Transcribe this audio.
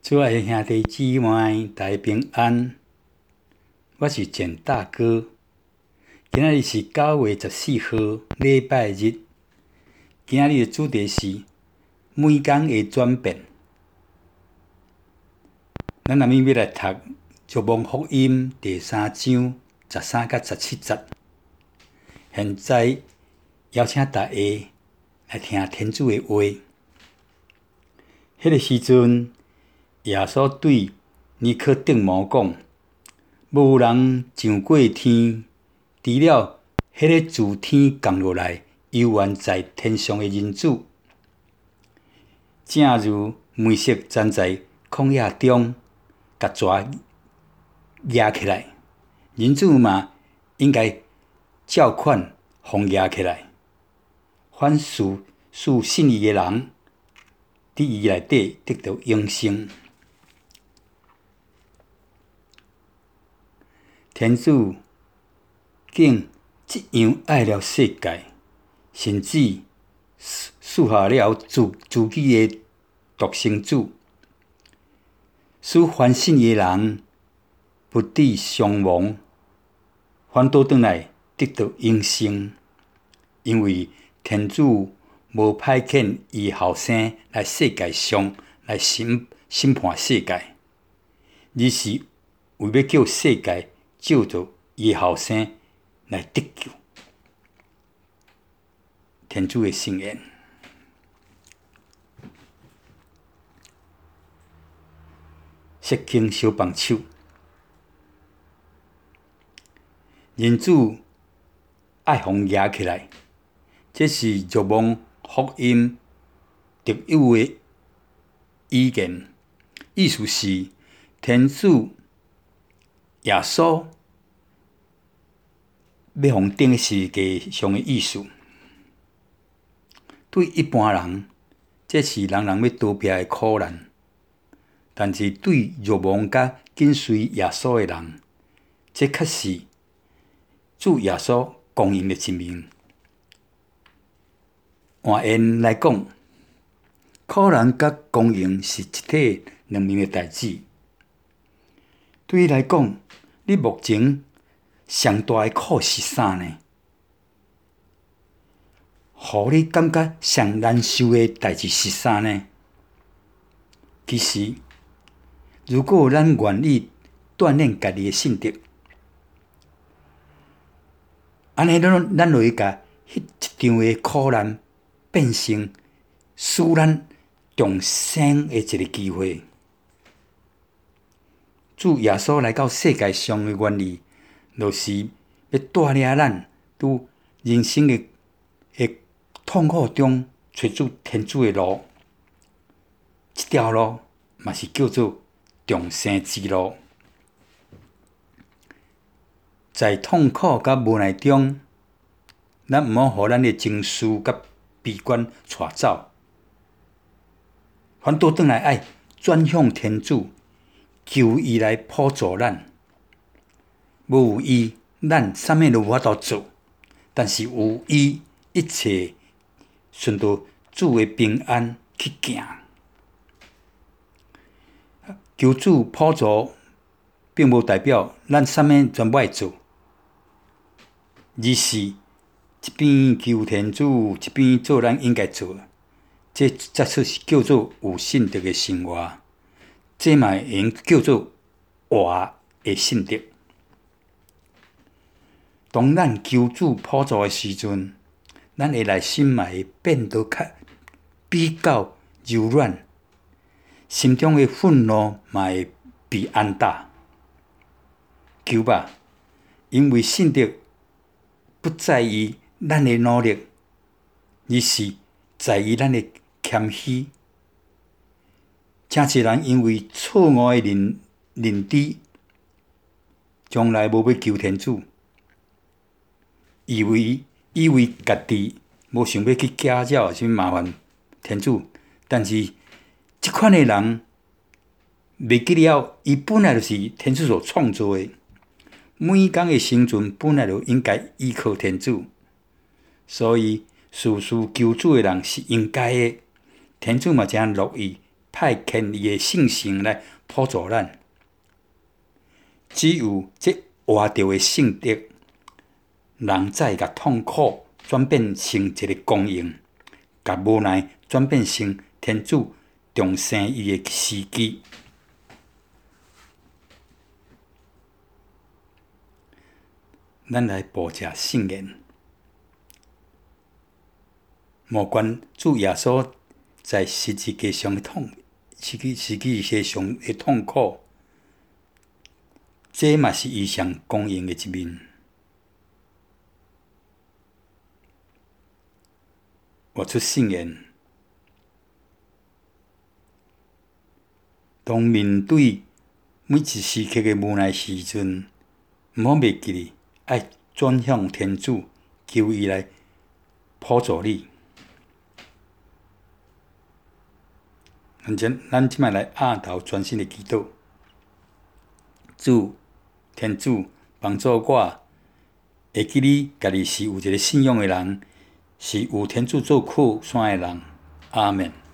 主爱的兄弟姊妹，大家平安。我是简大哥。今仔日是9月14号，礼拜日。今仔日的主题是每天的转变。咱下面要来读《若望福音》第3章13到17节。现在邀请大家来听天主的话。迄个时阵，耶稣对尼科德摩讲：无有人上过天，除了迄个自天降落来、游玩在天上的人子，正如梅瑟站在旷野中，甲蛇举起来，人子嘛应该照款互举起来。凡属信伊的人，伫伊内底得到永生。天主竟这样爱了世界，甚至赐下了自己的独生子，使凡信伊的人不致伤亡，反倒转来得到永生。因为天主无派遣伊后生来世界上来审判世界，而是为要叫世界照着伊后生来得救。天主的圣言。释经小帮手，人子爱互举起来，这是若望福音特有的语言，意思是天主耶稣要互顶世界上的意思。对一般人，这是人人要逃避的苦难；但是对若望甲跟随耶稣的人，这却是主耶稣公义的一面。换言来讲，苦难甲公义是一体两面的代志。对你来讲，你目前上大的苦是啥呢？互你感觉上难受的代志是啥呢？其实，如果咱愿意锻炼家己的性德，安尼咱就会甲迄一场的苦难变成使咱重生的一个机会。主耶稣来到世界上的原理，就是要带领咱伫人生的痛苦中找出天主的路。这条路嘛是叫做重生之路。在痛苦甲无奈中，咱毋好互咱的情绪甲悲观带走，反倒转来爱转向天主，求伊来辅助咱。无有伊，咱啥物都无法度做；但是有伊，一切顺着主的平安去行。求主辅助，并无代表咱啥物全部爱做，而是一边求天主，一边做咱应该做的。这才是叫做有信德的生活。这嘛会用叫做活的信德。当咱求主辅助的时阵，咱的内心嘛会变得比较柔软，心中的愤怒嘛会被安打。求吧，因为信德不在于咱的努力，而是在于咱的谦虚。真侪人因为错误的认知，从来无要求天主，以为家己无想要去假扰什么麻烦天主，但是这款的人袂记了，伊本来就是天主所创造的，每天的生存本来就应该依靠天主，所以事事求主的人是应该的。天主嘛真乐意派遣伊的圣神来辅助咱。只有这活着的圣德，人才甲痛苦转变成一个光荣，甲无奈转变成天主重生伊的时机。咱来报谢圣言。莫管主耶稣在十字架上的十字架上的痛苦，这嘛是伊上光荣的一面。活出圣言。当面对每一时刻的无奈时阵，毋好忘记爱转向天主，求伊来辅助你。咱即摆来压头专心的祈祷。天主帮助我，会记你家己是有一个信仰的人，是有天主做靠山的人。阿门。